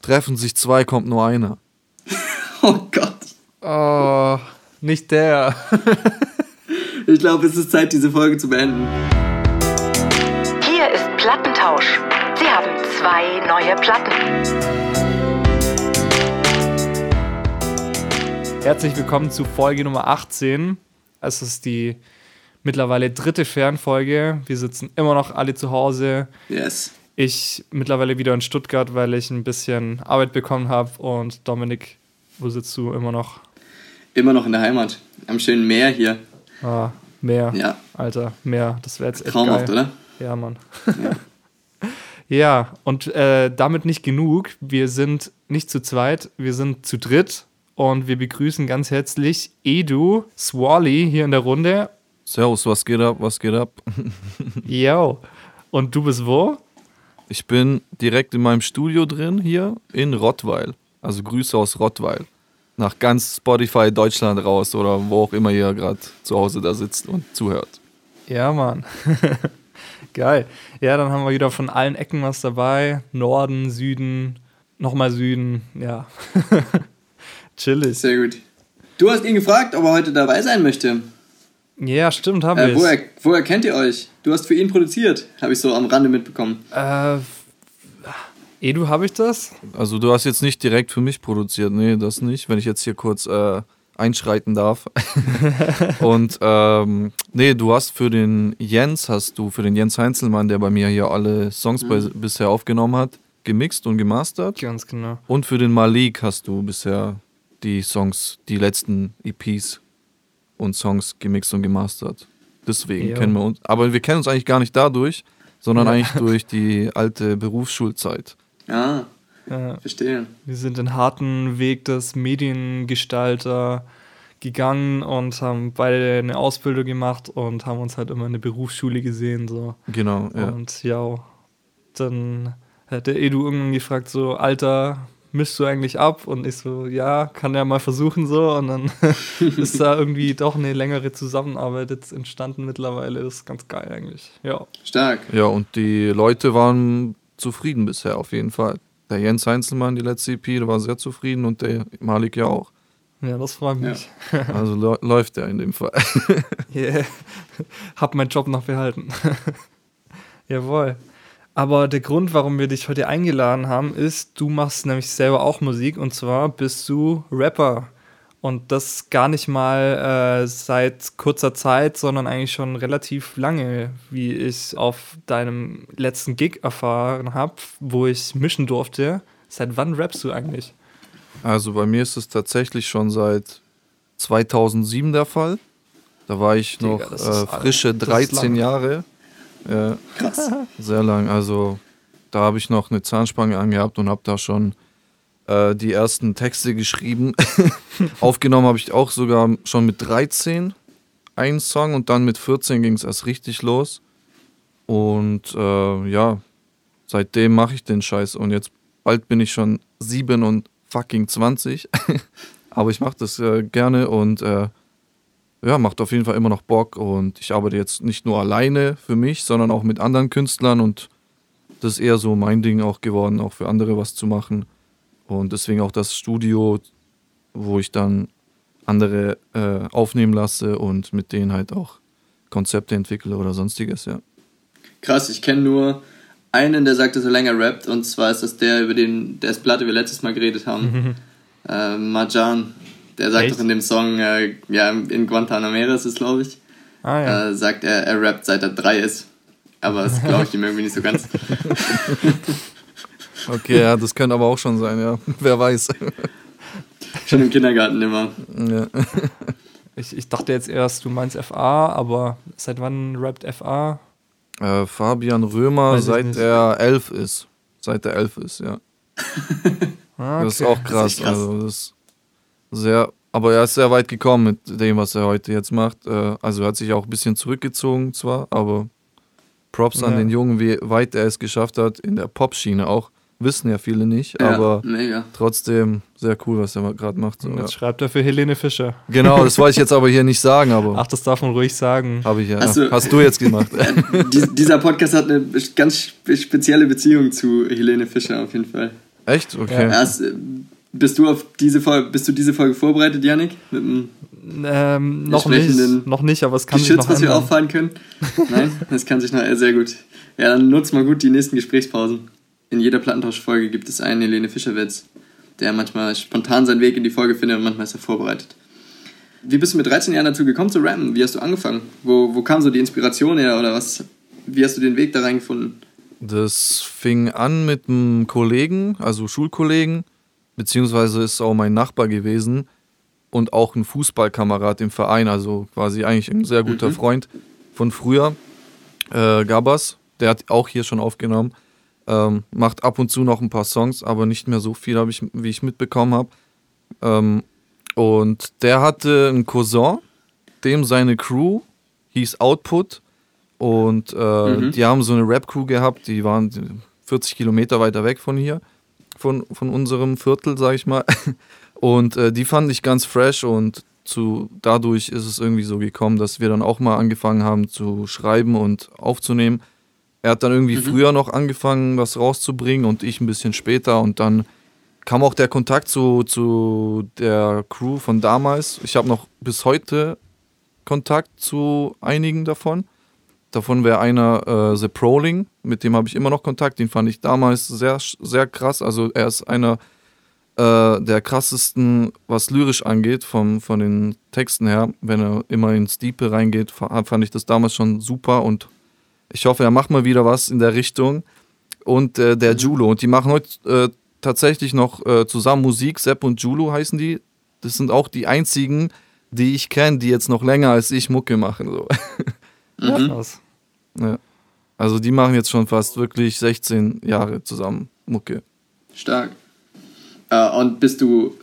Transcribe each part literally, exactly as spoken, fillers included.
treffen sich zwei, kommt nur einer. Oh Gott. Oh, nicht der. Ich glaube, es ist Zeit, diese Folge zu beenden. Hier ist Plattentausch. Sie haben zwei neue Platten. Herzlich willkommen zu Folge Nummer achtzehn. Es ist die mittlerweile dritte Fernfolge. Wir sitzen immer noch alle zu Hause. Yes. Ich mittlerweile wieder in Stuttgart, weil ich ein bisschen Arbeit bekommen habe. Und Dominik, wo sitzt du immer noch? Immer noch in der Heimat. Am schönen Meer hier. Ah, Meer. Ja. Alter, Meer. Das wäre jetzt echt Traumhaft, geil. oder? Ja, Mann. Ja. Ja, und äh, damit nicht genug. Wir sind nicht zu zweit, wir sind zu dritt. Und wir begrüßen ganz herzlich Edu Swally hier in der Runde. Servus, was geht ab, was geht ab? Yo. Und du bist wo? Ich bin direkt in meinem Studio drin, hier in Rottweil. Also Grüße aus Rottweil. Nach ganz Spotify Deutschland raus oder wo auch immer ihr gerade zu Hause da sitzt und zuhört. Ja, Mann. Geil. Ja, dann haben wir wieder von allen Ecken was dabei. Norden, Süden, nochmal Süden, ja. Chillig. Sehr gut. Du hast ihn gefragt, ob er heute dabei sein möchte. Ja, stimmt, habe Äh, ich. woher, woher kennt ihr euch? Du hast für ihn produziert, habe ich so am Rande mitbekommen. Äh, Edu, habe ich das? Also du hast jetzt nicht direkt für mich produziert, nee, das nicht, wenn ich jetzt hier kurz äh, einschreiten darf. Und ähm, nee, du hast für den Jens, hast du für den Jens Heinzelmann, der bei mir hier alle Songs mhm. bei, bisher aufgenommen hat, gemixt und gemastert. Ganz genau. Und für den Malik hast du bisher die Songs, die letzten E Ps und Songs gemixt und gemastert. Deswegen jo. kennen wir uns. Aber wir kennen uns eigentlich gar nicht dadurch, sondern ja. eigentlich durch die alte Berufsschulzeit. Ah, Ja. verstehe. Wir sind den harten Weg des Mediengestalter gegangen und haben beide eine Ausbildung gemacht und haben uns halt immer in der Berufsschule gesehen. So. Genau, ja. Und ja, dann hat der Edu irgendwann gefragt, so, Alter, mischst du eigentlich ab? Und ich so, ja, kann ja mal versuchen so. Und dann ist da irgendwie doch eine längere Zusammenarbeit jetzt entstanden mittlerweile. Das ist ganz geil eigentlich, ja. Stark. Ja, und die Leute waren zufrieden bisher auf jeden Fall. Der Jens Heinzelmann, die letzte E P, der war sehr zufrieden und der Malik ja auch. Ja, das freut mich. Ja. Also lo- läuft der in dem Fall. Yeah. Hab meinen Job noch behalten. Jawohl. Aber der Grund, warum wir dich heute eingeladen haben, ist, du machst nämlich selber auch Musik und zwar bist du Rapper. Und das gar nicht mal äh, seit kurzer Zeit, sondern eigentlich schon relativ lange, wie ich auf deinem letzten Gig erfahren habe, wo ich mischen durfte. Seit wann rappst du eigentlich? Also bei mir ist es tatsächlich schon seit zweitausendsieben der Fall. Da war ich Digga, noch das ist äh, frische alt. Das ist dreizehn lang. Jahre. Ja, Krass. sehr lang. Also da habe ich noch eine Zahnspange angehabt und habe da schon äh, die ersten Texte geschrieben. Aufgenommen habe ich auch sogar schon mit dreizehn einen Song und dann mit vierzehn ging es erst richtig los. Und äh, ja, seitdem mache ich den Scheiß und jetzt bald bin ich schon sieben und fucking zwanzig. Aber ich mache das äh, gerne und äh, ja, macht auf jeden Fall immer noch Bock und ich arbeite jetzt nicht nur alleine für mich, sondern auch mit anderen Künstlern und das ist eher so mein Ding auch geworden, auch für andere was zu machen und deswegen auch das Studio, wo ich dann andere äh, aufnehmen lasse und mit denen halt auch Konzepte entwickle oder sonstiges, ja. Krass, ich kenne nur einen, der sagt, dass er länger rappt und zwar ist das der, über den der Platte wir letztes Mal geredet haben. äh, Marjan. Der sagt Echt? doch in dem Song, äh, ja, in Guantanamera ist es, glaube ich, Ah ja. äh, sagt er, er rappt seit er drei ist. Aber das glaube ich ihm irgendwie nicht so ganz. Okay, ja, das könnte aber auch schon sein, ja. Wer weiß. Schon im Kindergarten immer. Ja. Ich, ich dachte jetzt erst, du meinst F A, aber seit wann rappt F A? Äh, Fabian Römer, Weiß ich seit nicht. er elf ist. Seit er elf ist, ja. Ah, Das ist okay. auch krass. Das ist echt krass. Also das ist sehr, aber er ist sehr weit gekommen mit dem, was er heute jetzt macht. Äh, Also er hat sich auch ein bisschen zurückgezogen zwar, aber Props an Ja. den Jungen, wie weit er es geschafft hat in der Pop-Schiene auch. Wissen ja viele nicht, Ja, aber mega. trotzdem sehr cool, was er gerade macht. So, Und ja. jetzt schreibt er für Helene Fischer. Genau, das wollte ich jetzt aber hier nicht sagen, aber Ach, das darf man ruhig sagen. habe ich ja. Hast du- Hast du jetzt gemacht. Dies, dieser Podcast hat eine ganz spe- spezielle Beziehung zu Helene Fischer auf jeden Fall. Echt? Okay. Ja, erst, äh, bist, du auf diese Folge, bist du diese Folge vorbereitet, Yannick? Mit dem ähm, noch nicht, noch nicht, aber es kann Geschütz, sich noch was wir ändern. auffahren können? Nein, das kann sich noch äh, sehr gut. Ja, dann nutzt mal gut die nächsten Gesprächspausen. In jeder Plattentausch-Folge gibt es einen Helene Fischer-Witz, der manchmal spontan seinen Weg in die Folge findet und manchmal ist er vorbereitet. Wie bist du mit dreizehn Jahren dazu gekommen zu rappen? Wie hast du angefangen? Wo, wo kam so die Inspiration her oder was? Wie hast du den Weg da reingefunden? Das fing an mit einem Kollegen, also Schulkollegen, beziehungsweise ist auch mein Nachbar gewesen und auch ein Fußballkamerad im Verein, also quasi eigentlich ein sehr guter Mhm. Freund von früher, äh, Gabas, der hat auch hier schon aufgenommen, ähm, macht ab und zu noch ein paar Songs, aber nicht mehr so viel, hab ich, wie ich mitbekommen habe. Ähm, und der hatte einen Cousin, dem seine Crew hieß Output. Und äh, Mhm. die haben so eine Rap-Crew gehabt, die waren vierzig Kilometer weiter weg von hier, von, von unserem Viertel, sag ich mal. Und äh, die fand ich ganz fresh und zu, dadurch ist es irgendwie so gekommen, dass wir dann auch mal angefangen haben zu schreiben und aufzunehmen. Er hat dann irgendwie Mhm. früher noch angefangen, was rauszubringen und ich ein bisschen später. Und dann kam auch der Kontakt zu, zu der Crew von damals. Ich habe noch bis heute Kontakt zu einigen davon. Davon wäre einer äh, The Proling, mit dem habe ich immer noch Kontakt. Den fand ich damals sehr, sehr krass. Also er ist einer äh, der krassesten, was lyrisch angeht, vom, von den Texten her. Wenn er immer ins Diepe reingeht, fa- fand ich das damals schon super. Und ich hoffe, er macht mal wieder was in der Richtung. Und äh, der Julo. Und die machen heute äh, tatsächlich noch äh, zusammen Musik. Sepp und Julo heißen die. Das sind auch die einzigen, die ich kenne, die jetzt noch länger als ich Mucke machen. So. Mhm. Krass. Ja. Also die machen jetzt schon fast wirklich sechzehn Jahre zusammen Mucke. Stark. Äh, und bist du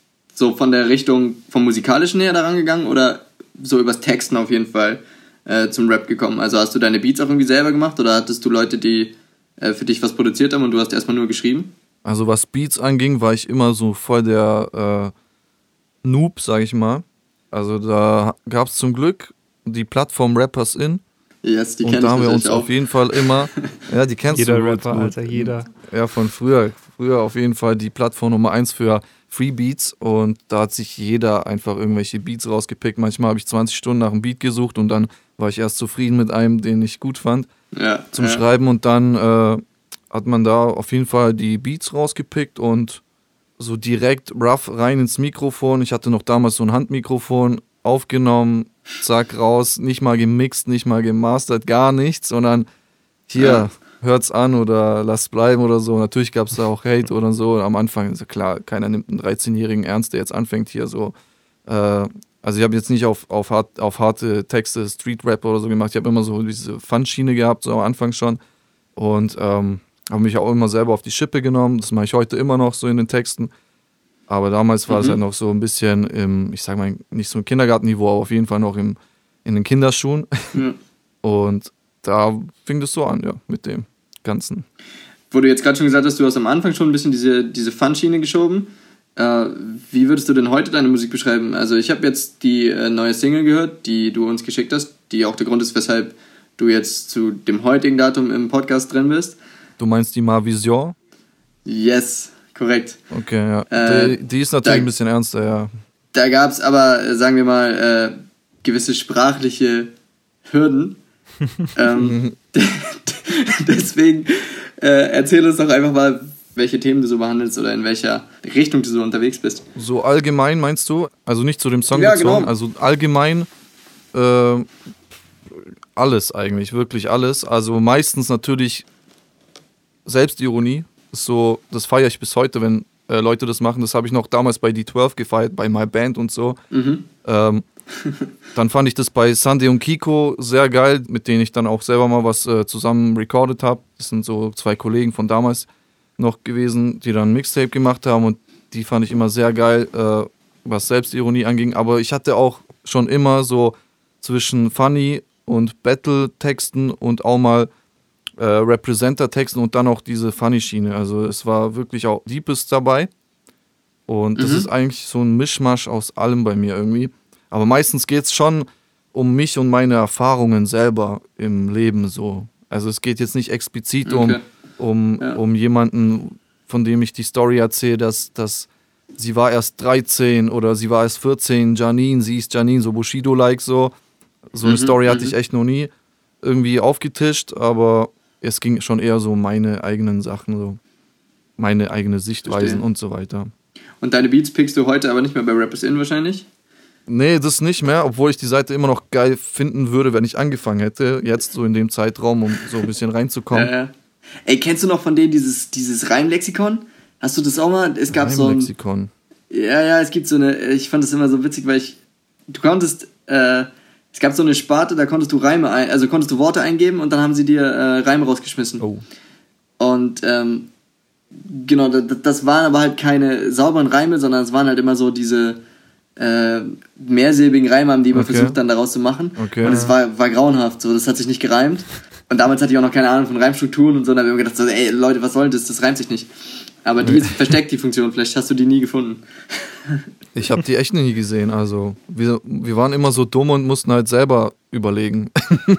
so von der Richtung vom Musikalischen her daran gegangen oder so übers Texten auf jeden Fall äh, zum Rap gekommen? Also hast du deine Beats auch irgendwie selber gemacht oder hattest du Leute, die äh, für dich was produziert haben und du hast erstmal nur geschrieben? Also was Beats anging, war ich immer so voll der äh, Noob, sag ich mal. Also da gab es zum Glück die Plattform Rappers In. Yes, die Und kenn da ich haben wir uns tatsächlich auf jeden Fall immer, ja, die kennst Jeder du gut, Rapper, gut. Alter, jeder. Ja, von früher. Früher auf jeden Fall die Plattform Nummer eins für Free Beats und da hat sich jeder einfach irgendwelche Beats rausgepickt. Manchmal habe ich zwanzig Stunden nach einem Beat gesucht und dann war ich erst zufrieden mit einem, den ich gut fand Ja, zum ja. Schreiben und dann äh, hat man da auf jeden Fall die Beats rausgepickt und so direkt rough rein ins Mikrofon. Ich hatte noch damals so ein Handmikrofon aufgenommen, zack raus, nicht mal gemixt, nicht mal gemastert, gar nichts, sondern hier, Ja. hört's an oder lasst bleiben oder so. Natürlich gab es da auch Hate oder so. Am Anfang ist ja klar, keiner nimmt einen dreizehnjährigen ernst, der jetzt anfängt hier so. Äh, also ich habe jetzt nicht auf, auf, hart, auf harte Texte, Street-Rap oder so gemacht. Ich habe immer so diese Fun-Schiene gehabt, so am Anfang schon. Und ähm, habe mich auch immer selber auf die Schippe genommen. Das mache ich heute immer noch so in den Texten. Aber damals war es Mhm. halt noch so ein bisschen im, ich sag mal, nicht so im Kindergartenniveau, aber auf jeden Fall noch im, in den Kinderschuhen. Ja. Und da fing das so an, ja, mit dem Ganzen. Wo du jetzt gerade schon gesagt hast, du hast am Anfang schon ein bisschen diese, diese Fun-Schiene geschoben. Äh, wie würdest du denn heute deine Musik beschreiben? Also ich habe jetzt die äh, neue Single gehört, die du uns geschickt hast, die auch der Grund ist, weshalb du jetzt zu dem heutigen Datum im Podcast drin bist. Du meinst die Ma Vision? Yes, korrekt. Okay, ja. Äh, die, die ist natürlich da- ein bisschen ernster, ja. Da gab es aber, äh, sagen wir mal, äh, gewisse sprachliche Hürden. ähm, deswegen äh, erzähl uns doch einfach mal, welche Themen du so behandelst oder in welcher Richtung du so unterwegs bist. So allgemein meinst du? Also nicht zu dem Song Ja, bezogen, genau. also allgemein äh, alles eigentlich, wirklich alles. Also meistens natürlich Selbstironie, ist so, das feiere ich bis heute, wenn äh, Leute das machen. Das habe ich noch damals bei D zwölf gefeiert, bei My Band und so. Mhm. Ähm, dann fand ich das bei Sunday und Kiko sehr geil, mit denen ich dann auch selber mal was äh, zusammen recorded habe. Das sind so zwei Kollegen von damals noch gewesen, die dann ein Mixtape gemacht haben und die fand ich immer sehr geil, äh, was Selbstironie anging. Aber ich hatte auch schon immer so zwischen Funny und Battle-Texten und auch mal äh, Representer-Texten und dann auch diese Funny-Schiene. Also es war wirklich auch Deepest dabei. Und das Mhm. ist eigentlich so ein Mischmasch aus allem bei mir irgendwie. Aber meistens geht es schon um mich und meine Erfahrungen selber im Leben so. Also es geht jetzt nicht explizit um, Okay. um, Ja. um jemanden von dem ich die Story erzähle, dass, dass sie war erst dreizehn oder sie war erst vierzehn, Janine, sie ist Janine, so Bushido-like so. So eine Mhm, Story hatte mhm. ich echt noch nie irgendwie aufgetischt, aber es ging schon eher so um meine eigenen Sachen, so meine eigene Sichtweisen Verstehe. und so weiter. Und deine Beats pickst du heute aber nicht mehr bei Rappers In wahrscheinlich? Nee, das nicht mehr, obwohl ich die Seite immer noch geil finden würde, wenn ich angefangen hätte, jetzt so in dem Zeitraum, um so ein bisschen reinzukommen. Ja, ja. Ey, kennst du noch von denen dieses, dieses Reimlexikon? Hast du das auch mal? Es gab so ein... Lexikon. Ja, ja, es gibt so eine... Ich fand das immer so witzig, weil ich... Du konntest... Äh, es gab so eine Sparte, da konntest du Reime ein... Also konntest du Worte eingeben und dann haben sie dir äh, Reime rausgeschmissen. Oh. Und ähm, genau, das, das waren aber halt keine sauberen Reime, sondern es waren halt immer so diese äh, mehrsilbigen Reime, haben die immer Okay. versucht dann daraus zu machen. Okay. Und es war, war grauenhaft, so, das hat sich nicht gereimt. Und damals hatte ich auch noch keine Ahnung von Reimstrukturen und so, und da habe ich mir gedacht, so, ey Leute, was soll das, das reimt sich nicht. Aber die ist versteckt, die Funktion, vielleicht hast du die nie gefunden. Ich habe die echt nie gesehen, also wir, wir waren immer so dumm und mussten halt selber überlegen.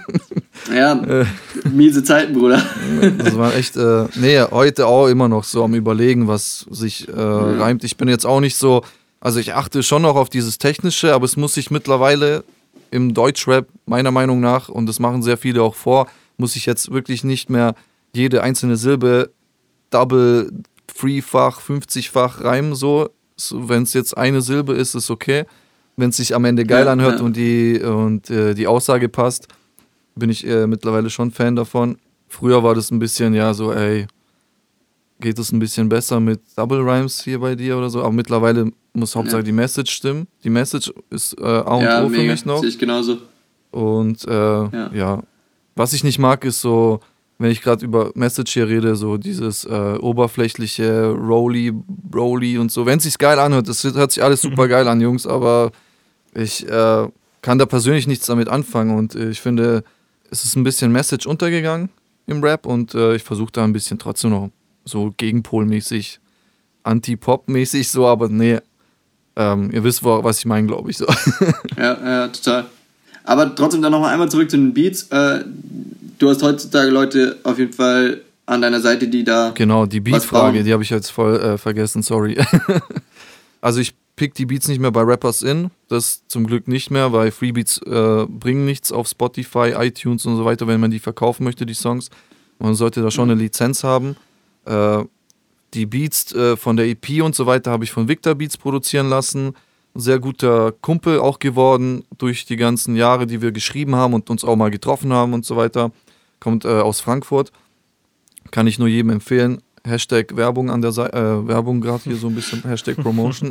Ja, miese Zeiten, Bruder. Das war echt, äh, nee, heute auch immer noch so am Überlegen, was sich äh, reimt. Ich bin jetzt auch nicht so, also ich achte schon noch auf dieses Technische, aber es muss sich mittlerweile im Deutschrap meiner Meinung nach, und das machen sehr viele auch vor, muss ich jetzt wirklich nicht mehr jede einzelne Silbe double, freefach, fünfzigfach reimen, so. so wenn es jetzt eine Silbe ist, ist okay. Wenn es sich am Ende geil Ja, anhört ja. und die und äh, die Aussage passt, bin ich äh, mittlerweile schon Fan davon. Früher war das ein bisschen, ja, so, ey, geht es ein bisschen besser mit Double Rhymes hier bei dir oder so, aber mittlerweile muss Hauptsache Ja. die Message stimmen. Die Message ist äh, A und Ja, O für mega, mich noch. sehe ich genauso. Und äh, ja. Ja. was ich nicht mag, ist so, wenn ich gerade über Message hier rede, so dieses äh, oberflächliche Rolly, Broly und so. Wenn es sich geil anhört, das hört sich alles super geil an, Jungs, aber ich äh, kann da persönlich nichts damit anfangen und äh, ich finde, es ist ein bisschen Message untergegangen im Rap und äh, ich versuche da ein bisschen trotzdem noch so gegenpolmäßig, Anti-Pop-mäßig so, aber nee, ähm, ihr wisst, wo, was ich meine, glaube ich so. Ja, ja, total. Aber trotzdem dann nochmal einmal zurück zu den Beats. Äh, du hast heutzutage Leute auf jeden Fall an deiner Seite, die da... Genau, die Was Beat-Frage, brauchen- die habe ich jetzt voll äh, vergessen, sorry. Also ich pick die Beats nicht mehr bei Rappers In, das zum Glück nicht mehr, weil Freebeats äh, bringen nichts auf Spotify, iTunes und so weiter, wenn man die verkaufen möchte, die Songs. Man sollte da schon eine Lizenz haben. Äh, die Beats äh, von der E P und so weiter habe ich von Victor Beats produzieren lassen. Sehr guter Kumpel auch geworden durch die ganzen Jahre, die wir geschrieben haben und uns auch mal getroffen haben und so weiter. Kommt äh, aus Frankfurt. Kann ich nur jedem empfehlen. Hashtag Werbung an der Seite, äh, Werbung gerade hier so ein bisschen, Hashtag Promotion.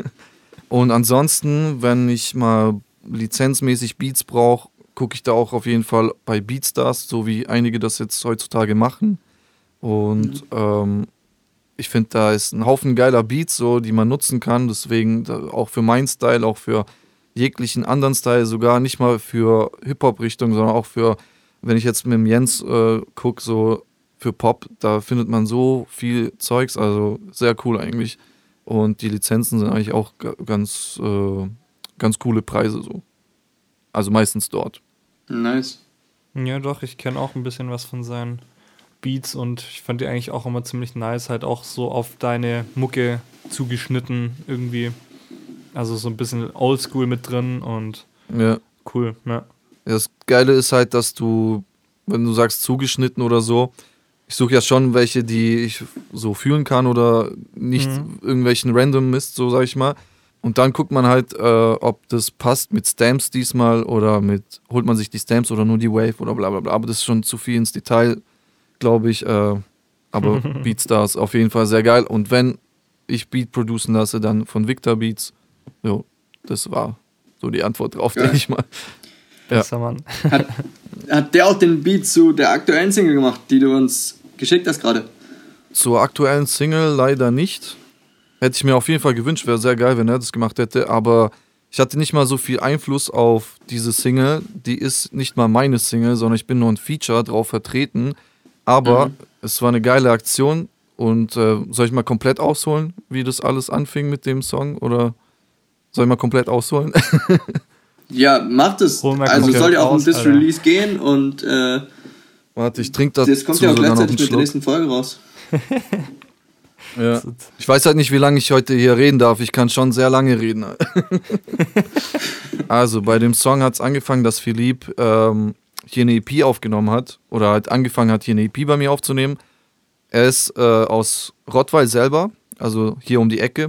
Und ansonsten, wenn ich mal lizenzmäßig Beats brauche, gucke ich da auch auf jeden Fall bei Beatstars, so wie einige das jetzt heutzutage machen. Und mhm. ähm, ich finde, da ist ein Haufen geiler Beats, so, die man nutzen kann. Deswegen da, auch für meinen Style, auch für jeglichen anderen Style, sogar nicht mal für Hip-Hop-Richtung, sondern auch für, wenn ich jetzt mit dem Jens äh, gucke, so für Pop, da findet man so viel Zeugs, also sehr cool eigentlich. Und die Lizenzen sind eigentlich auch g- ganz, äh, ganz coole Preise so. Also meistens dort. Nice. Ja, doch, ich kenne auch ein bisschen was von seinen Beats und ich fand die eigentlich auch immer ziemlich nice, halt auch so auf deine Mucke zugeschnitten irgendwie. Also so ein bisschen Oldschool mit drin und Ja. cool, ja. Das Geile ist halt, dass du, wenn du sagst zugeschnitten oder so, ich suche ja schon welche, die ich so fühlen kann oder nicht Mhm. irgendwelchen random Mist, so sag ich mal. Und dann guckt man halt, äh, ob das passt mit Stamps diesmal oder mit, holt man sich die Stamps oder nur die Wave oder bla bla bla. Aber das ist schon zu viel ins Detail, glaube ich. Äh, aber Beatstars auf jeden Fall sehr geil. Und wenn ich Beat producen lasse, dann von Victor Beats. Jo, das war so die Antwort drauf, Geil. denke ich mal. Ja. Besser Mann. Hat, hat der auch den Beat zu der aktuellen Single gemacht, die du uns geschickt hast gerade? Zur aktuellen Single leider nicht. Hätte ich mir auf jeden Fall gewünscht, wäre sehr geil, wenn er das gemacht hätte, aber ich hatte nicht mal so viel Einfluss auf diese Single. Die ist nicht mal meine Single, sondern ich bin nur ein Feature drauf vertreten. Aber Mhm. es war eine geile Aktion und äh, soll ich mal komplett ausholen, wie das alles anfing mit dem Song? Oder soll ich mal komplett ausholen? Ja, macht es. Hol mal Also es komplett soll ja auch um raus, das Alter. Release gehen und äh, Warte, ich trinke das das kommt ja auch sogar noch einen gleichzeitig mit der Schluck. nächsten Folge raus. Ja. Ich weiß halt nicht, wie lange ich heute hier reden darf. Ich kann schon sehr lange reden. Also, bei dem Song hat es angefangen, dass Philipp ähm, hier eine E P aufgenommen hat. Oder halt angefangen hat, hier eine E P bei mir aufzunehmen. Er ist äh, aus Rottweil selber, also hier um die Ecke.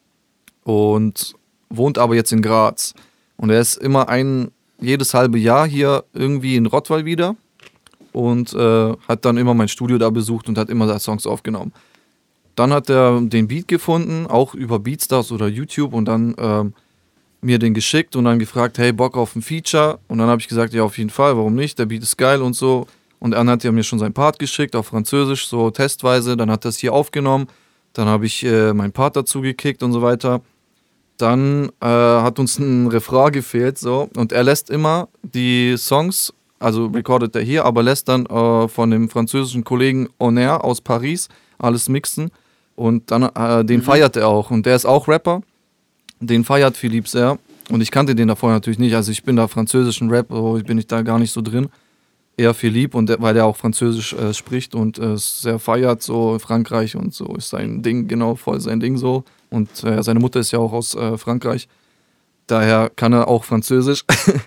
Und wohnt aber jetzt in Graz. Und er ist immer ein, jedes halbe Jahr hier irgendwie in Rottweil wieder. Und äh, hat dann immer mein Studio da besucht und hat immer da Songs aufgenommen. Dann hat er den Beat gefunden, auch über Beatstars oder YouTube, und dann ähm, mir den geschickt und dann gefragt, hey, Bock auf ein Feature? Und dann habe ich gesagt, ja, auf jeden Fall, warum nicht? Der Beat ist geil und so. Und dann hat er mir schon seinen Part geschickt, auf Französisch, so testweise. Dann hat er es hier aufgenommen. Dann habe ich äh, meinen Part dazu gekickt und so weiter. Dann äh, hat uns ein Refrain gefehlt, so. Und er lässt immer die Songs, also recordet er hier, aber lässt dann äh, von dem französischen Kollegen Oner aus Paris alles mixen. Und dann, äh, den mhm. feiert er auch. Und der ist auch Rapper. Den feiert Philipp sehr. Und ich kannte den davor natürlich nicht. Also ich bin da französischen Rap, so bin ich da gar nicht so drin. Eher Philipp, und der, weil der auch Französisch äh, spricht und äh, sehr feiert, so Frankreich und so ist sein Ding, genau, voll sein Ding so. Und äh, seine Mutter ist ja auch aus äh, Frankreich. Daher kann er auch Französisch.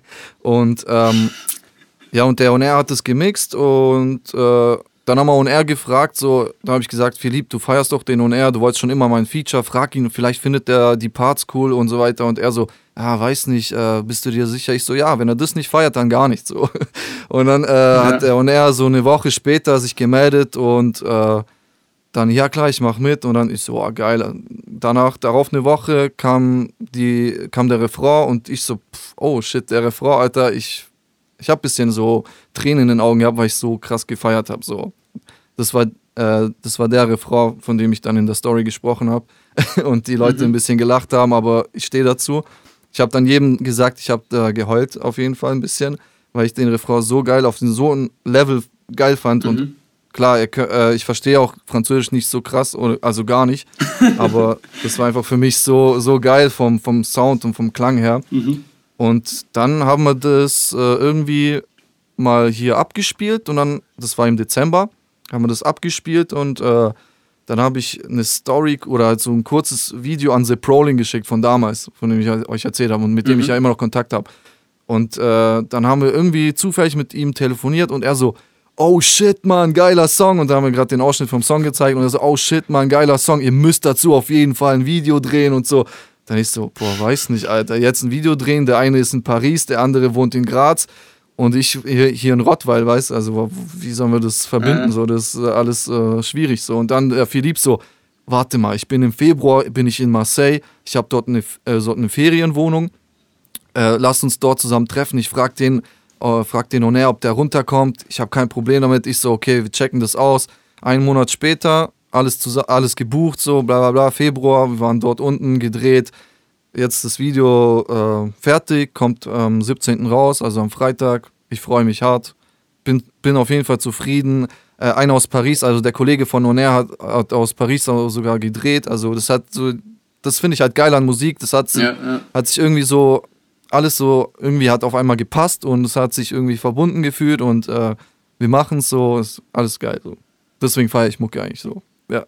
und ähm, ja, und der Oner hat das gemixt und äh, dann haben wir Oner gefragt, so, da habe ich gesagt, Philipp, du feierst doch den Oner, du wolltest schon immer mein Feature, frag ihn, vielleicht findet der die Parts cool und so weiter. Und er so, ja, weiß nicht, äh, bist du dir sicher? Ich so, ja, wenn er das nicht feiert, dann gar nicht so. Und dann äh, ja. hat der Oner so eine Woche später sich gemeldet und äh, dann, ja klar, ich mach mit. Und dann ich so, oh, geil. Danach, darauf eine Woche kam, die, kam der Refrain und ich so, pff, oh shit, der Refrain, Alter, ich, ich hab ein bisschen so Tränen in den Augen gehabt, weil ich so krass gefeiert habe, so. Das war, äh, das war der Refrain, von dem ich dann in der Story gesprochen habe und die Leute mhm. ein bisschen gelacht haben, aber ich stehe dazu. Ich habe dann jedem gesagt, ich habe da geheult auf jeden Fall ein bisschen, weil ich den Refrain so geil, auf den so ein Level geil fand. Mhm. Und klar, äh, ich verstehe auch Französisch nicht so krass, also gar nicht, aber das war einfach für mich so, so geil vom, vom Sound und vom Klang her. Mhm. Und dann haben wir das äh, irgendwie mal hier abgespielt und dann, das war im Dezember, haben wir das abgespielt und äh, dann habe ich eine Story oder halt so ein kurzes Video an The Prowling geschickt von damals, von dem ich euch erzählt habe und mit dem mhm. ich ja immer noch Kontakt habe. Und äh, dann haben wir irgendwie zufällig mit ihm telefoniert und er so, oh shit, Mann, geiler Song. Und da haben wir gerade den Ausschnitt vom Song gezeigt und er so, oh shit, Mann, geiler Song, ihr müsst dazu auf jeden Fall ein Video drehen und so. Dann ich so, boah, weiß nicht, Alter, jetzt ein Video drehen, der eine ist in Paris, der andere wohnt in Graz. Und ich hier, hier in Rottweil, weißt du, also wie sollen wir das verbinden? Äh. So, das ist alles äh, schwierig so. Und dann der Philipp so, warte mal, ich bin im Februar, bin ich in Marseille, ich habe dort eine, äh, so eine Ferienwohnung, äh, lass uns dort zusammen treffen. Ich frag den, äh, frag den Oner, ob der runterkommt. Ich habe kein Problem damit. Ich so, okay, wir checken das aus. Einen Monat später, alles, zusammen, alles gebucht, so bla bla bla, Februar, wir waren dort unten, gedreht. Jetzt das Video äh, fertig, kommt am siebzehnten raus, also am Freitag. Ich freue mich hart, bin, bin auf jeden Fall zufrieden. Äh, einer aus Paris, also der Kollege von Oner hat, hat aus Paris sogar gedreht. Also das hat so, das finde ich halt geil an Musik. Das hat, ja, ja. hat sich irgendwie so, alles so, irgendwie hat auf einmal gepasst und es hat sich irgendwie verbunden gefühlt und äh, wir machen es so, ist alles geil. So. Deswegen feiere ich Mucke eigentlich so. Ja.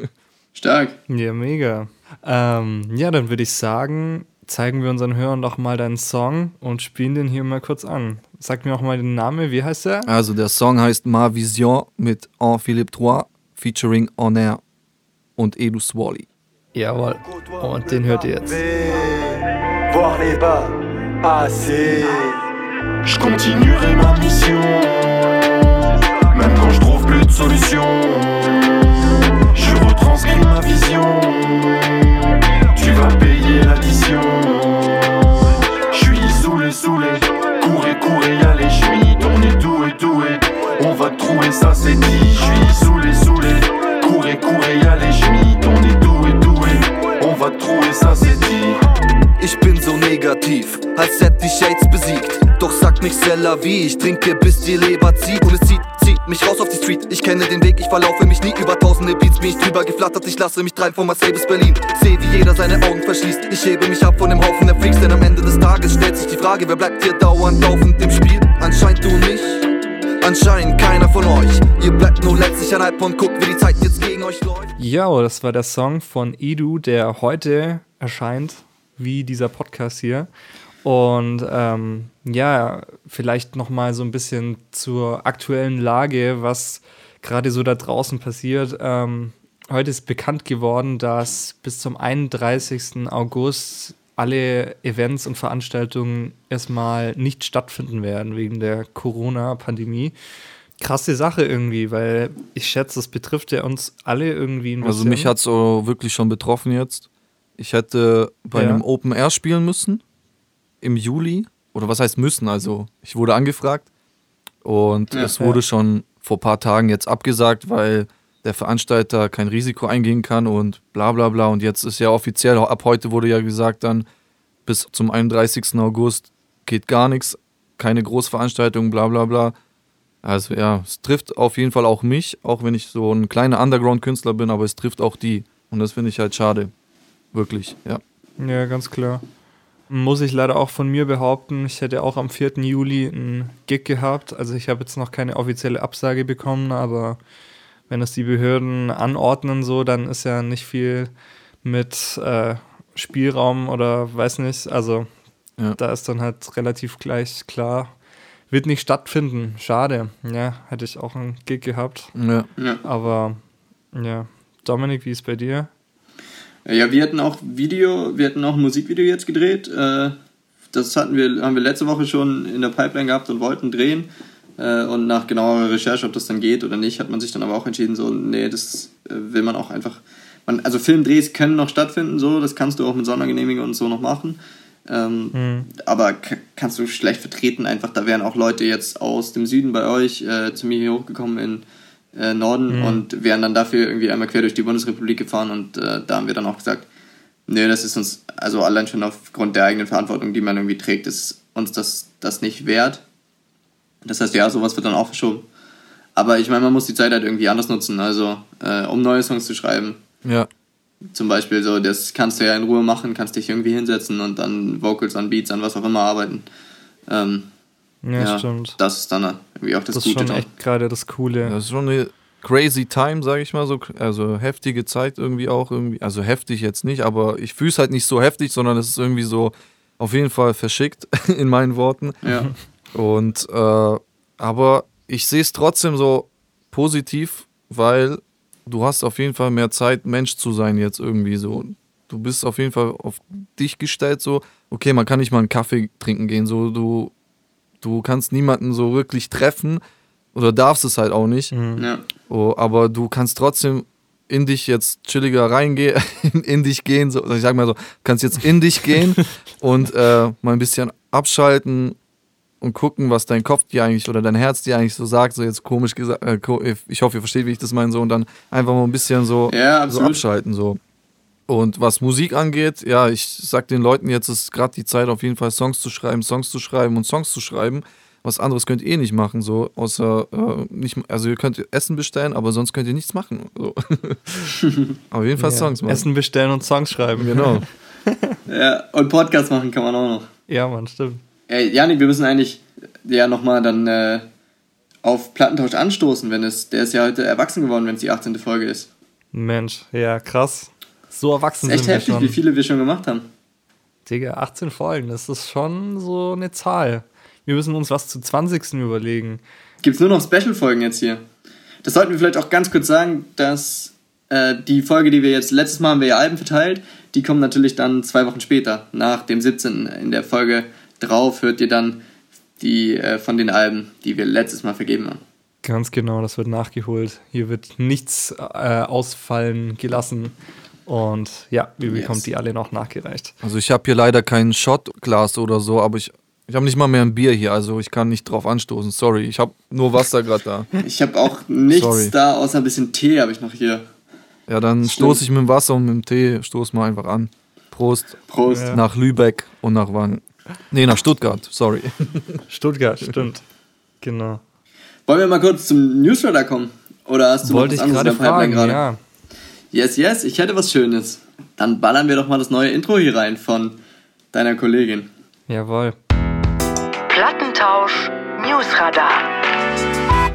Stark. Ja, mega. Ähm, ja, dann würde ich sagen, zeigen wir unseren Hörern doch mal deinen Song und spielen den hier mal kurz an. Sag mir auch mal den Namen, wie heißt der? Also der Song heißt Ma Vision mit En Philippe drei featuring Oner und Edu Swally. Jawohl, und den hört ihr jetzt. Voir les bas, assez. Je continuerai ma mission, même quand je trouve plus de solution. Je retranscris ma vision, tu vas payer l'addition. Je suis saoulé, saoulé, courez, courez, allez, je suis tourné, doué, doué. On va te trouver, ça c'est dit. Je suis saoulé, saoulé, courez, courez, allez, je suis tourné, doué, doué. On va te trouver, ça c'est dit. Ich bin so negativ, als hätte ich AIDS besiegt. Doch sag nicht c'est la vie, ich trinke bis die Leber zieht. Und es zieht, zieht mich raus auf die Street. Ich kenne den Weg, ich verlaufe mich nie über tausende Beats. Bin ich drüber geflattert, ich lasse mich treiben von Marseille bis Berlin. Seh wie jeder seine Augen verschließt. Ich hebe mich ab von dem Haufen der Freaks, denn am Ende des Tages stellt sich die Frage, wer bleibt hier dauernd laufend im Spiel? Anscheinend du nicht. anscheinend keiner von euch. Ihr bleibt nur letztlich an Hype und guckt, wie die Zeit jetzt gegen euch läuft. Ja, das war der Song von Edu, der heute erscheint, wie dieser Podcast hier. Und ähm, ja, vielleicht nochmal so ein bisschen zur aktuellen Lage, was gerade so da draußen passiert. Ähm, heute ist bekannt geworden, dass bis zum einunddreißigsten August alle Events und Veranstaltungen erstmal nicht stattfinden werden wegen der Corona-Pandemie. Krasse Sache irgendwie, weil ich schätze, das betrifft ja uns alle irgendwie ein bisschen. Also mich hat es wirklich schon betroffen jetzt. Ich hätte bei Ja. einem Open Air spielen müssen im Juli. Oder was heißt müssen? Also ich wurde angefragt und Ja, es wurde ja. schon vor ein paar Tagen jetzt abgesagt, weil der Veranstalter kein Risiko eingehen kann und bla bla bla. Und jetzt ist ja offiziell, ab heute wurde ja gesagt dann, bis zum einunddreißigsten August geht gar nichts, keine Großveranstaltung, bla bla bla. Also ja, es trifft auf jeden Fall auch mich, auch wenn ich so ein kleiner Underground-Künstler bin, aber es trifft auch die. Und das finde ich halt schade. Wirklich, ja. Ja, ganz klar. Muss ich leider auch von mir behaupten, ich hätte auch am vierten Juli einen Gig gehabt. Also ich habe jetzt noch keine offizielle Absage bekommen, aber wenn das die Behörden anordnen, so, dann ist ja nicht viel mit äh, Spielraum oder weiß nicht. Also Ja. da ist dann halt relativ gleich klar, wird nicht stattfinden. Schade. Ja, hätte ich auch einen Gig gehabt. ja. Ja. Aber ja, Dominik, wie ist bei dir? Ja, wir hatten auch Video, wir hatten auch ein Musikvideo jetzt gedreht. Äh, Das hatten wir, haben wir letzte Woche schon in der Pipeline gehabt und wollten drehen. Äh, Und nach genauerer Recherche, ob das dann geht oder nicht, hat man sich dann aber auch entschieden, so, nee, das äh, will man auch einfach. Man, also Filmdrehs können noch stattfinden, so, das kannst du auch mit Sondergenehmigung und so noch machen. Ähm, Hm. Aber k- kannst du schlecht vertreten, einfach, da wären auch Leute jetzt aus dem Süden bei euch äh, zu mir hier hochgekommen in äh, Norden Mhm. und wären dann dafür irgendwie einmal quer durch die Bundesrepublik gefahren und äh, da haben wir dann auch gesagt, nö, das ist uns, also allein schon aufgrund der eigenen Verantwortung, die man irgendwie trägt, ist uns das, das nicht wert. Das heißt, ja, sowas wird dann auch verschoben. Aber ich meine, man muss die Zeit halt irgendwie anders nutzen, also äh, um neue Songs zu schreiben. Ja, Zum Beispiel so, das kannst du ja in Ruhe machen, kannst dich irgendwie hinsetzen und dann Vocals an Beats, an was auch immer arbeiten. Ähm, Ja, ja, stimmt. das ist dann irgendwie auch das, Das ist Gute schon dran. echt gerade das Coole. das ist schon eine crazy time, sage ich mal so. Also heftige Zeit irgendwie auch. irgendwie. Also heftig jetzt nicht, aber ich fühle es halt nicht so heftig, sondern es ist irgendwie so auf jeden Fall verschickt in meinen Worten. Ja. Und äh, aber ich sehe es trotzdem so positiv, weil du hast auf jeden Fall mehr Zeit, Mensch zu sein jetzt irgendwie so. Du bist auf jeden Fall auf dich gestellt so. Okay, man kann nicht mal einen Kaffee trinken gehen, so du du kannst niemanden so wirklich treffen oder darfst es halt auch nicht. Mhm. Ja. Oh, aber du kannst trotzdem in dich jetzt chilliger reingehen, in, in dich gehen, so, ich sag mal so, kannst jetzt in dich gehen und äh, mal ein bisschen abschalten und gucken, was dein Kopf dir eigentlich oder dein Herz dir eigentlich so sagt, so jetzt komisch gesagt, äh, ko- ich hoffe, ihr versteht, wie ich das meine, so und dann einfach mal ein bisschen so, Ja, so absolut. abschalten, so. Und was Musik angeht, ja, ich sag den Leuten, jetzt ist gerade die Zeit, auf jeden Fall Songs zu schreiben, Songs zu schreiben und Songs zu schreiben. Was anderes könnt ihr eh nicht machen, so, außer, äh, nicht, also ihr könnt Essen bestellen, aber sonst könnt ihr nichts machen. So. Auf jeden Fall Ja. Songs machen. Essen bestellen und Songs schreiben. Genau. Ja, und Podcast machen kann man auch noch. Ja, Mann, stimmt. Ey, Janik, wir müssen eigentlich ja nochmal dann äh, auf Plattentausch anstoßen, wenn es, der ist ja heute erwachsen geworden, wenn es die achtzehnte Folge ist. Mensch, ja, krass. So erwachsen Das ist echt sind wir heftig, schon. wie viele wir schon gemacht haben. Digga, achtzehn Folgen, das ist schon so eine Zahl. Wir müssen uns was zu zwanzigsten überlegen. Gibt's nur noch Special-Folgen jetzt hier. Das sollten wir vielleicht auch ganz kurz sagen, dass äh, die Folge, die wir jetzt, letztes Mal haben wir ja Alben verteilt, die kommen natürlich dann zwei Wochen später, nach dem siebzehnten In der Folge drauf hört ihr dann die äh, von den Alben, die wir letztes Mal vergeben haben. Ganz genau, das wird nachgeholt. Hier wird nichts äh, ausfallen gelassen. Und ja, ihr Yes. bekommt die alle noch nachgereicht. Also ich habe hier leider kein Shotglas oder so, aber ich, ich habe nicht mal mehr ein Bier hier, also ich kann nicht drauf anstoßen, sorry. Ich habe nur Wasser gerade da. Ich habe auch nichts Sorry. da, außer ein bisschen Tee habe ich noch hier. Ja, dann stoße ich mit dem Wasser und mit dem Tee, stoß mal einfach an. Prost. Prost. Ja. Nach Lübeck und nach Wangen. Nee, nach Stuttgart, sorry. Stuttgart, stimmt. Genau. Wollen wir mal kurz zum Newsletter kommen? Oder hast du Wollte noch ich was anderes gerade in der Pipeline fragen, gerade? ja. Yes, yes, ich hätte was Schönes. Dann ballern wir doch mal das neue Intro hier rein von deiner Kollegin. Jawohl. Plattentausch Newsradar.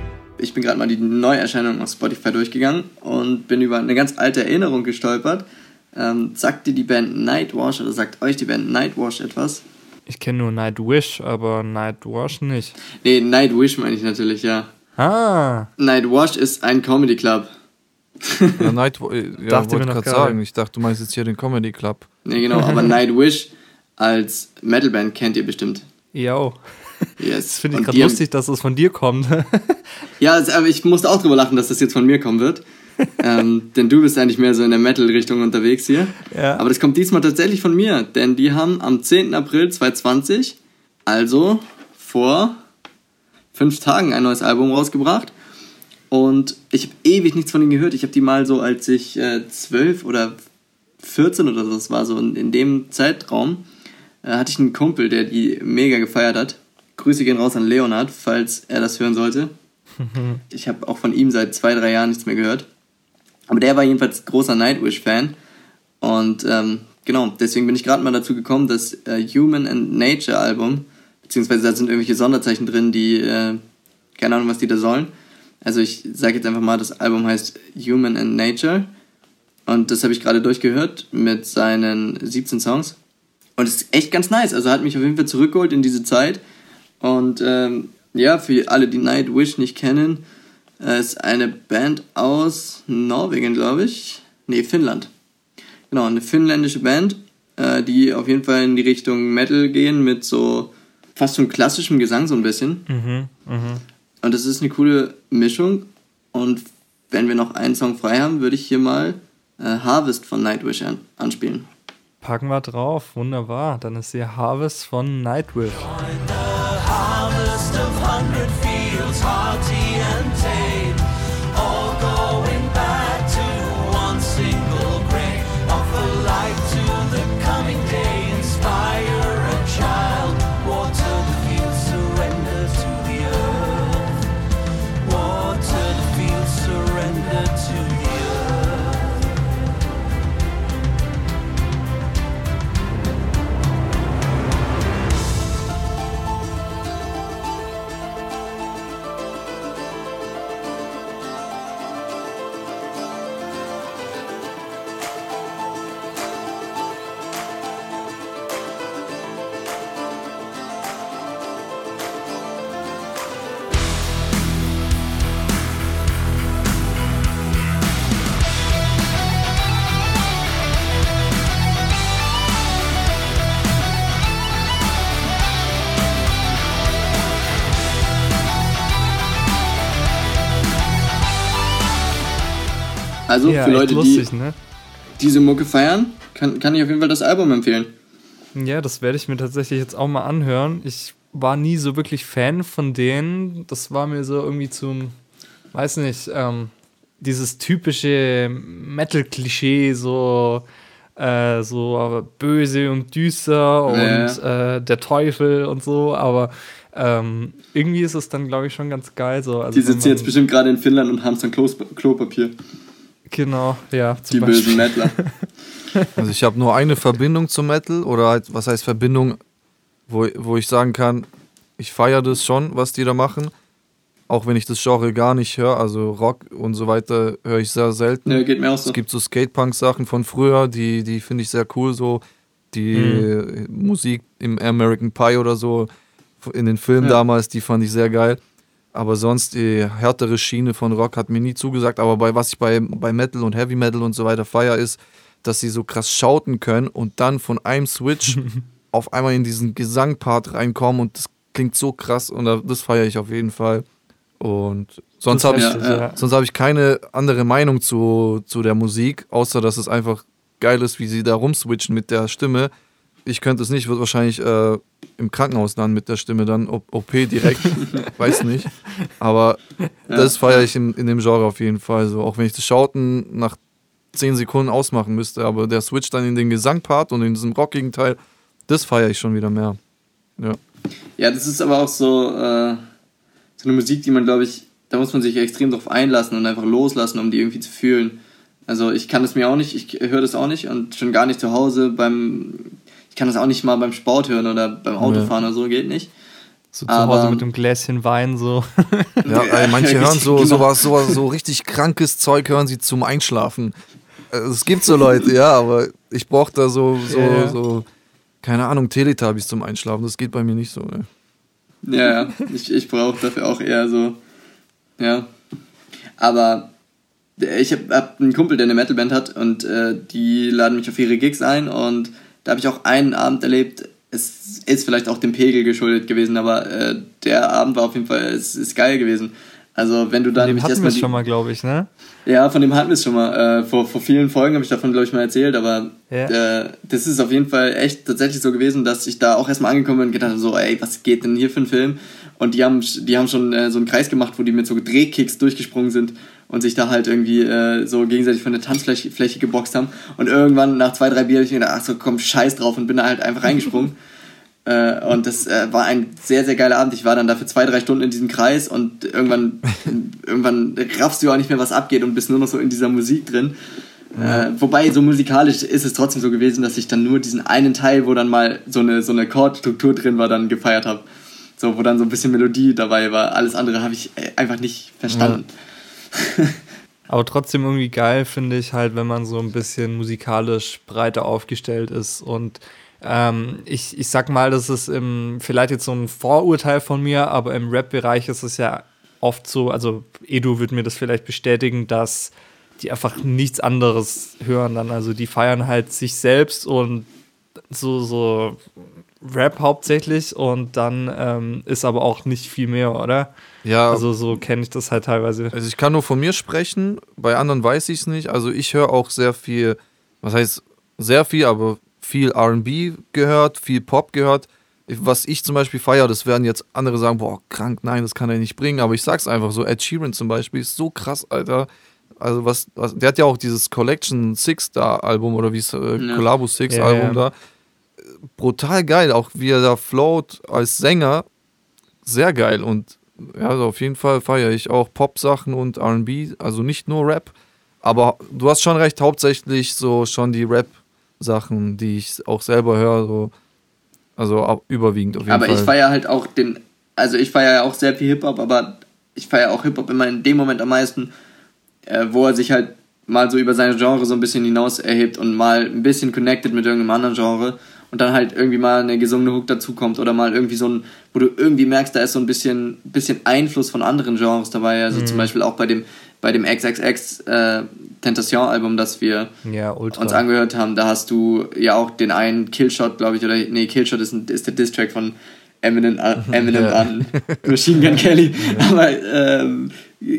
ich bin gerade mal die Neuerscheinungen auf Spotify durchgegangen und bin über eine ganz alte Erinnerung gestolpert. Ähm, sagt dir die Band Nightwash oder sagt euch die Band Nightwash etwas? Ich kenne nur Nightwish, aber Nightwash nicht. Nee, Nightwish meine ich natürlich, ja. Ah. Nightwash ist ein Comedy Club. Ja, Night, ja, Dachte wollte mir noch gerade gerade. sagen. Ich dachte, du meinst jetzt hier den Comedy Club. Nee, genau, aber Nightwish als Metalband kennt ihr bestimmt. Jo. Yes. Das finde ich Und gerade die haben- lustig, dass es von dir kommt. Ja, also, aber ich musste auch drüber lachen, dass das jetzt von mir kommen wird. ähm, denn du bist eigentlich mehr so in der Metal-Richtung unterwegs hier. Ja. Aber das kommt diesmal tatsächlich von mir, denn die haben am zehnten April zweitausendzwanzig, also vor fünf Tagen, ein neues Album rausgebracht. Und ich habe ewig nichts von denen gehört. Ich habe die mal so, als ich äh, zwölf oder vierzehn oder so, das war so in, in dem Zeitraum, äh, hatte ich einen Kumpel, der die mega gefeiert hat. Grüße gehen raus an Leonhard, falls er das hören sollte. Ich habe auch von ihm seit zwei, drei Jahren nichts mehr gehört. Aber der war jedenfalls großer Nightwish-Fan. Und ähm, genau, deswegen bin ich gerade mal dazu gekommen, das äh, Human and Nature Album, beziehungsweise da sind irgendwelche Sonderzeichen drin, die, äh, keine Ahnung, was die da sollen. Also ich sage jetzt einfach mal, das Album heißt Human and Nature. Und das habe ich gerade durchgehört mit seinen siebzehn Songs. Und es ist echt ganz nice. Also hat mich auf jeden Fall zurückgeholt in diese Zeit. Und ähm, ja, für alle, die Nightwish nicht kennen, äh, ist eine Band aus Norwegen, glaube ich. Nee, Finnland. Genau, eine finnländische Band, äh, die auf jeden Fall in die Richtung Metal gehen mit so fast schon klassischem Gesang so ein bisschen. Mhm, mhm. Und das ist eine coole Mischung. Und wenn wir noch einen Song frei haben, würde ich hier mal äh, Harvest von Nightwish an anspielen. Packen wir drauf, wunderbar. Dann ist hier Harvest von Nightwish. Harvest of hundred fields, hearty and tame, all going back to one single grain. Offer light to the coming day, inspire a child. Water the fields, surrender to the earth. Water the fields, surrender to the earth. Also Ja, für echt Leute, lustig, die ne? diese Mucke feiern, kann, kann ich auf jeden Fall das Album empfehlen. Ja, das werde ich mir tatsächlich jetzt auch mal anhören. Ich war nie so wirklich Fan von denen. Das war mir so irgendwie zum, weiß nicht, ähm, dieses typische Metal-Klischee, so, äh, so böse und düster und Ja. äh, der Teufel und so. Aber ähm, irgendwie ist es dann, glaube ich, schon ganz geil. So. Also Die wenn sitzen man- jetzt bestimmt gerade in Finnland und haben dann Klo Klopapier. Genau, ja. Die Zum bösen Beispiel. Mettler. Also ich habe nur eine Verbindung zum Metal oder halt, was heißt Verbindung, wo, wo ich sagen kann, ich feiere das schon, was die da machen. Auch wenn ich das Genre gar nicht höre, also Rock und so weiter höre ich sehr selten. Ja, geht mir auch so. Es gibt so Skatepunk-Sachen von früher, die, die finde ich sehr cool, so die Mhm. Musik im American Pie oder so, in den Filmen Ja. damals, die fand ich sehr geil. Aber sonst die härtere Schiene von Rock hat mir nie zugesagt. Aber bei was ich bei, bei Metal und Heavy Metal und so weiter feiere, ist, dass sie so krass schauten können und dann von einem Switch auf einmal in diesen Gesangpart reinkommen und das klingt so krass und das feiere ich auf jeden Fall. Und sonst Das habe ich, ist ja, ja. sonst habe ich keine andere Meinung zu, zu der Musik, außer dass es einfach geil ist, wie sie da rumswitchen mit der Stimme. Ich könnte es nicht, wird wahrscheinlich äh, im Krankenhaus dann mit der Stimme dann O- O P direkt, weiß nicht. Aber das feiere ich in, in dem Genre auf jeden Fall so. Auch wenn ich das Schauten nach zehn Sekunden ausmachen müsste, aber der Switch dann in den Gesangpart und in diesem rockigen Teil, das feiere ich schon wieder mehr. Ja. Ja, das ist aber auch so, äh, so eine Musik, die man, glaube ich, da muss man sich extrem drauf einlassen und einfach loslassen, um die irgendwie zu fühlen. Also ich kann das mir auch nicht, ich höre das auch nicht und schon gar nicht zu Hause beim, ich kann das auch nicht mal beim Sport hören oder beim Autofahren oder so, geht nicht. So zu Aber- Hause mit einem Gläschen Wein so. Ja, äh, manche hören so Genau. sowas, sowas, so richtig krankes Zeug hören sie zum Einschlafen. Äh, Es gibt so Leute, ja, aber ich brauche da so, so, Ja, ja. so, keine Ahnung, Teletubbies zum Einschlafen. Das geht bei mir nicht so. Ne? Ja, ja, ich, ich brauche dafür auch eher so, ja. Aber ich habe hab einen Kumpel, der eine Metalband hat und äh, die laden mich auf ihre Gigs ein und da habe ich auch einen Abend erlebt, es ist vielleicht auch dem Pegel geschuldet gewesen, aber äh, der Abend war auf jeden Fall, es ist geil gewesen. Also wenn du dann Dem mich hatten wir erstmal es die- schon mal, glaube ich, ne? Ja, von dem hatten wir es schon mal. Äh, vor, vor vielen Folgen habe ich davon, glaube ich, mal erzählt, aber Ja. äh, das ist auf jeden Fall echt tatsächlich so gewesen, dass ich da auch erstmal angekommen bin und gedacht habe, so, ey, was geht denn hier für ein Film? Und die haben, die haben schon äh, so einen Kreis gemacht, wo die mit so Drehkicks durchgesprungen sind und sich da halt irgendwie äh, so gegenseitig von der Tanzfläche Fläche geboxt haben. Und irgendwann nach zwei, drei Bier habe ich mir gedacht, ach so, komm, scheiß drauf und bin da halt einfach reingesprungen. Äh, und das äh, war ein sehr, sehr geiler Abend. Ich war dann da für zwei, drei Stunden in diesem Kreis und irgendwann, irgendwann raffst du auch nicht mehr, was abgeht und bist nur noch so in dieser Musik drin. Äh, wobei, so musikalisch ist es trotzdem so gewesen, dass ich dann nur diesen einen Teil, wo dann mal so eine, so eine Chordstruktur drin war, dann gefeiert habe. So, wo dann so ein bisschen Melodie dabei war. Alles andere habe ich äh, einfach nicht verstanden. Aber trotzdem irgendwie geil, finde ich halt, wenn man so ein bisschen musikalisch breiter aufgestellt ist. Und ähm, ich, ich sag mal, das ist im, vielleicht jetzt so ein Vorurteil von mir, aber im Rap-Bereich ist es ja oft so, also Edu wird mir das vielleicht bestätigen, dass die einfach nichts anderes hören dann. Also die feiern halt sich selbst und so, so Rap hauptsächlich und dann ähm, ist aber auch nicht viel mehr, oder? Ja, Also so kenne ich das halt teilweise. also ich kann nur von mir sprechen, bei anderen weiß ich es nicht. Also ich höre auch sehr viel, was heißt sehr viel, aber viel R and B gehört, viel Pop gehört. Was ich zum Beispiel feiere, das werden jetzt andere sagen, boah, krank, nein, das kann er nicht bringen. Aber ich sag's einfach so, Ed Sheeran zum Beispiel ist so krass, Alter. Also was, was der hat ja auch dieses Collection Six da Album oder wie es äh, Ja. Collabo Six Ja, Album ja. da. Brutal geil, auch wie er da float als Sänger, sehr geil und ja, also auf jeden Fall feiere ich auch Pop-Sachen und R and B, also nicht nur Rap, aber du hast schon recht, hauptsächlich so schon die Rap-Sachen, die ich auch selber höre, so, also auch überwiegend auf jeden Aber Fall. ich feiere halt auch den, also ich feiere ja auch sehr viel Hip-Hop, aber ich feiere auch Hip-Hop immer in dem Moment am meisten, äh, wo er sich halt mal so über seine Genre so ein bisschen hinaus erhebt und mal ein bisschen connected mit irgendeinem anderen Genre und dann halt irgendwie mal eine gesungene Hook dazukommt oder mal irgendwie so ein, wo du irgendwie merkst, da ist so ein bisschen, bisschen Einfluss von anderen Genres dabei, also Mhm. zum Beispiel auch bei dem, bei dem X X X äh, Tentation-Album, das wir Ja, ultra. uns angehört haben, da hast du ja auch den einen Killshot, glaube ich, oder nee, Killshot ist, ein, ist der Diss-Track von Eminem, an- Eminem Ja. an Machine Gun Kelly, aber ähm,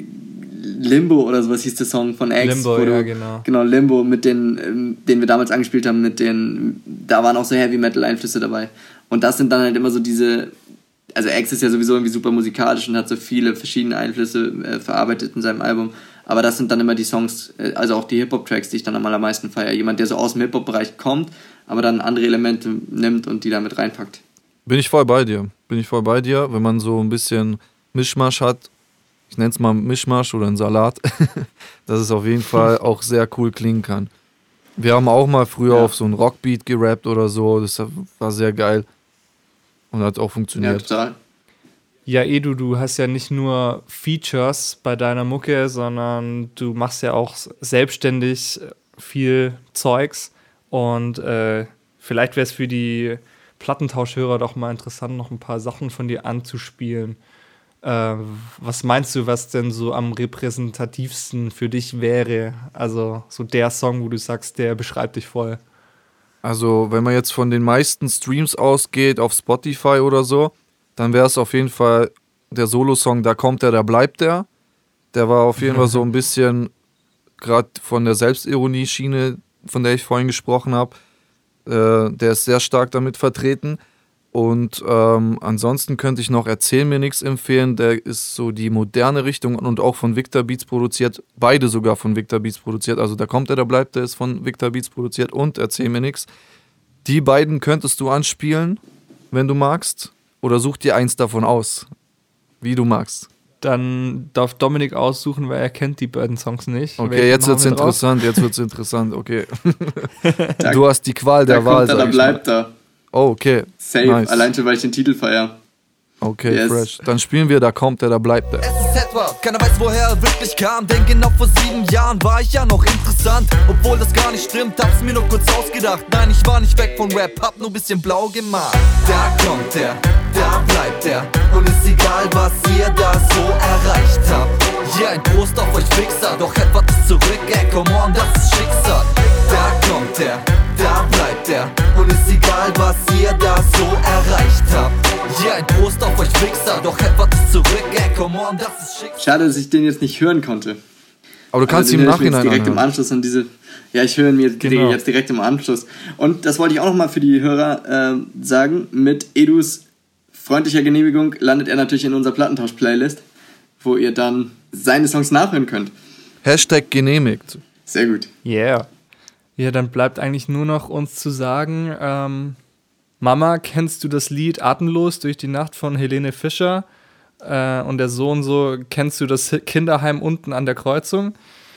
Limbo oder sowas hieß der Song von X. Limbo, wo du, ja, genau. Genau, Limbo, mit den, ähm, den wir damals angespielt haben, mit den, da waren auch so Heavy-Metal-Einflüsse dabei. Und das sind dann halt immer so diese, also X ist ja sowieso irgendwie super musikalisch und hat so viele verschiedene Einflüsse äh, verarbeitet in seinem Album. Aber das sind dann immer die Songs, äh, also auch die Hip-Hop-Tracks, die ich dann am allermeisten feiere. Jemand, der so aus dem Hip-Hop-Bereich kommt, aber dann andere Elemente nimmt und die da mit reinpackt. Bin ich voll bei dir, bin ich voll bei dir, wenn man so ein bisschen Mischmasch hat, ich nenne es mal Mischmasch oder ein Salat, dass es auf jeden Fall auch sehr cool klingen kann. Wir haben auch mal früher Ja. auf so einen Rockbeat gerappt oder so, das war sehr geil und hat auch Ja, funktioniert. total. Ja, Edu, du hast ja nicht nur Features bei deiner Mucke, sondern du machst ja auch selbstständig viel Zeugs. Und äh, vielleicht wäre es für die Plattentauschhörer doch mal interessant, noch ein paar Sachen von dir anzuspielen. Äh, was meinst du, was denn so am repräsentativsten für dich wäre? Also so der Song, wo du sagst, der beschreibt dich voll. Also wenn man jetzt von den meisten Streams ausgeht, auf Spotify oder so, dann wäre es auf jeden Fall der Solo-Song Da kommt er, da bleibt er. Der war auf jeden Fall so ein bisschen, gerade von der Selbstironie-Schiene, von der ich vorhin gesprochen habe, äh, der ist sehr stark damit vertreten. Und ähm, ansonsten könnte ich noch Erzähl mir nichts empfehlen, der ist so die moderne Richtung und auch von Victor Beats produziert, beide sogar von Victor Beats produziert, also Da kommt er, da bleibt er, ist von Victor Beats produziert und Erzähl mir nichts. Die beiden könntest du anspielen, wenn du magst, oder such dir eins davon aus, wie du magst. Dann darf Dominik aussuchen, weil er kennt die beiden Songs nicht. Okay, Welchen jetzt machen wird's wir drauf? interessant, jetzt wird's interessant, okay. Da, Du hast die Qual der da Wahl, kommt er, da sag ich mal. bleibt er. Oh, okay. Safe, Nice. allein schon, weil ich den Titel feiere. Okay, Yes. fresh. Dann spielen wir, da kommt er, da bleibt er. Es ist etwa, keiner weiß woher er wirklich kam, denn genau vor sieben Jahren war ich ja noch interessant. Obwohl das gar nicht stimmt, hab's mir nur kurz ausgedacht. Nein, ich war nicht weg von Rap, hab nur bisschen blau gemacht. Da kommt er, da bleibt er, und ist egal was ihr da so erreicht habt. Ja, ein Prost auf euch Fixer, doch etwas ist zurück, ey, come on, das ist Schicksal. Da kommt er, da bleibt er, und ist egal was ihr da so erreicht habt. Ja, ein Prost auf euch Fixer, doch etwas ist zurück, ey, come on, das ist Schicksal. Schade, dass ich den jetzt nicht hören konnte. Aber du kannst Also ihn im den höre ich mir jetzt Nachhinein direkt im anhören. Anschluss an diese. Ja, ich höre ihn mir Genau. jetzt direkt im Anschluss. Und das wollte ich auch nochmal für die Hörer äh, sagen. Mit Edus freundlicher Genehmigung landet er natürlich in unserer Plattentausch-Playlist, wo ihr dann seine Songs nachhören könnt. Hashtag genehmigt. Sehr gut. Yeah. Ja, dann bleibt eigentlich nur noch uns zu sagen, ähm, Mama, kennst du das Lied Atemlos durch die Nacht von Helene Fischer? Äh, und der Sohn so, kennst du das Kinderheim unten an der Kreuzung?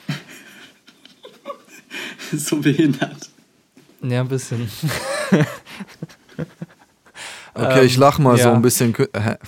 So behindert. Ja, ein bisschen. Okay, ich lach mal ja. so ein bisschen. kü- Hä?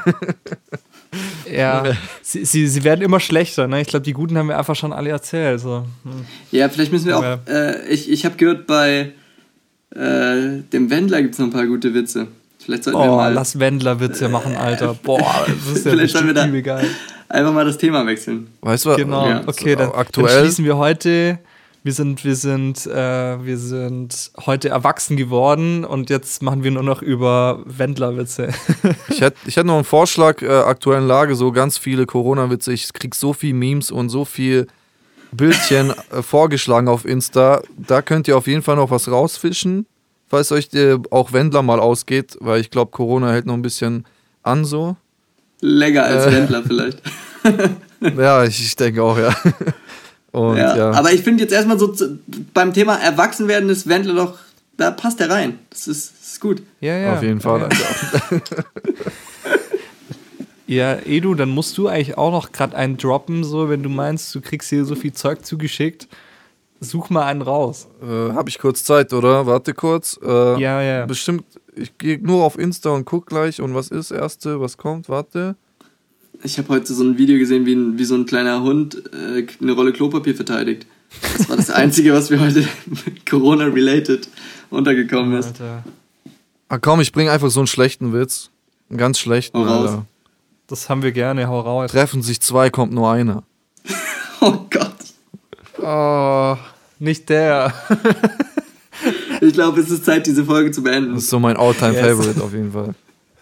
Ja, sie, sie, sie werden immer schlechter, ne? Ich glaube, die Guten haben wir einfach schon alle erzählt. So. Hm. Ja, vielleicht müssen wir auch. Ja. Äh, ich ich habe gehört, bei äh, dem Wendler gibt es noch ein paar gute Witze. Vielleicht sollten wir Oh, mal lass Wendler-Witze machen, Alter. Boah, das ist ja Vielleicht sollen wir bestimmt da- übel geil. einfach mal das Thema wechseln. Weißt du, Genau, Ja. okay, dann, dann aktuell. schließen wir heute. Wir sind, wir sind, äh, wir sind heute erwachsen geworden und jetzt machen wir nur noch über Wendler-Witze. Ich hätte ich hätt noch einen Vorschlag, äh, aktuellen Lage, so ganz viele Corona-Witze. Ich krieg so viel Memes und so viel Bildchen äh, vorgeschlagen auf Insta. Da könnt ihr auf jeden Fall noch was rausfischen, falls euch äh, auch Wendler mal ausgeht, weil ich glaube, Corona hält noch ein bisschen an so. Länger als Äh. Wendler vielleicht. Ja, ich, ich denke auch, ja. Und Ja, ja, aber ich finde jetzt erstmal so zu, beim Thema Erwachsenwerden ist Wendler doch, da passt er rein. Das ist, das ist gut. Ja, ja. auf jeden Fall. Ja, ja, Edu, dann musst du eigentlich auch noch gerade einen droppen, so, wenn du meinst, du kriegst hier so viel Zeug zugeschickt. Such mal einen raus. Äh, Habe ich kurz Zeit, oder? Warte kurz. Äh, Ja, ja. Bestimmt, ich gehe nur auf Insta und guck gleich. Und was ist Erste, was kommt? Warte. Ich habe heute so ein Video gesehen, wie, ein, wie so ein kleiner Hund äh, eine Rolle Klopapier verteidigt. Das war das Einzige, was mir heute mit Corona-related untergekommen ist. Alter, Ah komm, ich bringe einfach so einen schlechten Witz. Einen ganz schlechten, Hau raus. Alter. das haben wir gerne, hau raus. Treffen sich zwei, kommt nur einer. Oh Gott. Oh, nicht der. Ich glaube, es ist Zeit, diese Folge zu beenden. Das ist so mein All-Time-Favorite Yes. auf jeden Fall.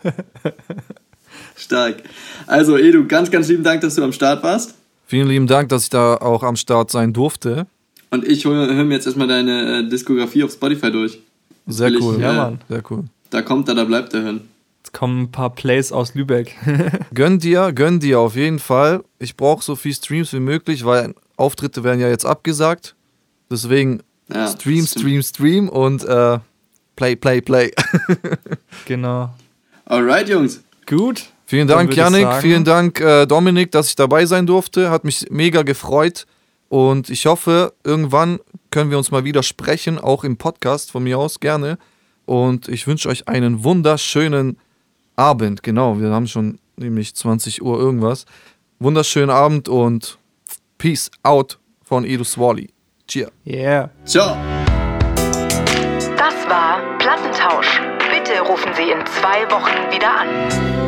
Stark. Also, Edu, ganz, ganz lieben Dank, dass du am Start warst. Vielen lieben Dank, dass ich da auch am Start sein durfte. Und ich höre hör mir jetzt erstmal deine äh, Diskografie auf Spotify durch. Sehr Will ich, cool. ja, Mann. Sehr cool. Da kommt er, da bleibt er hören. Jetzt kommen ein paar Plays aus Lübeck. Gönn dir, gönn dir auf jeden Fall. Ich brauche so viel Streams wie möglich, weil Auftritte werden ja jetzt abgesagt. Deswegen Ja, Stream, das stimmt. Stream, Stream und äh, Play, Play, Play. Genau. Alright, Jungs. Gut. Vielen Dann Dank, würde ich Yannick. sagen- Vielen Dank, äh, Dominik, dass ich dabei sein durfte. Hat mich mega gefreut. Und ich hoffe, irgendwann können wir uns mal wieder sprechen, auch im Podcast von mir aus gerne. Und ich wünsche euch einen wunderschönen Abend. Genau, wir haben schon nämlich zwanzig Uhr irgendwas. Wunderschönen Abend und Peace out von Edu Swally. Cheer. Yeah. Ciao. Das war Plattentausch. Bitte rufen Sie in zwei Wochen wieder an.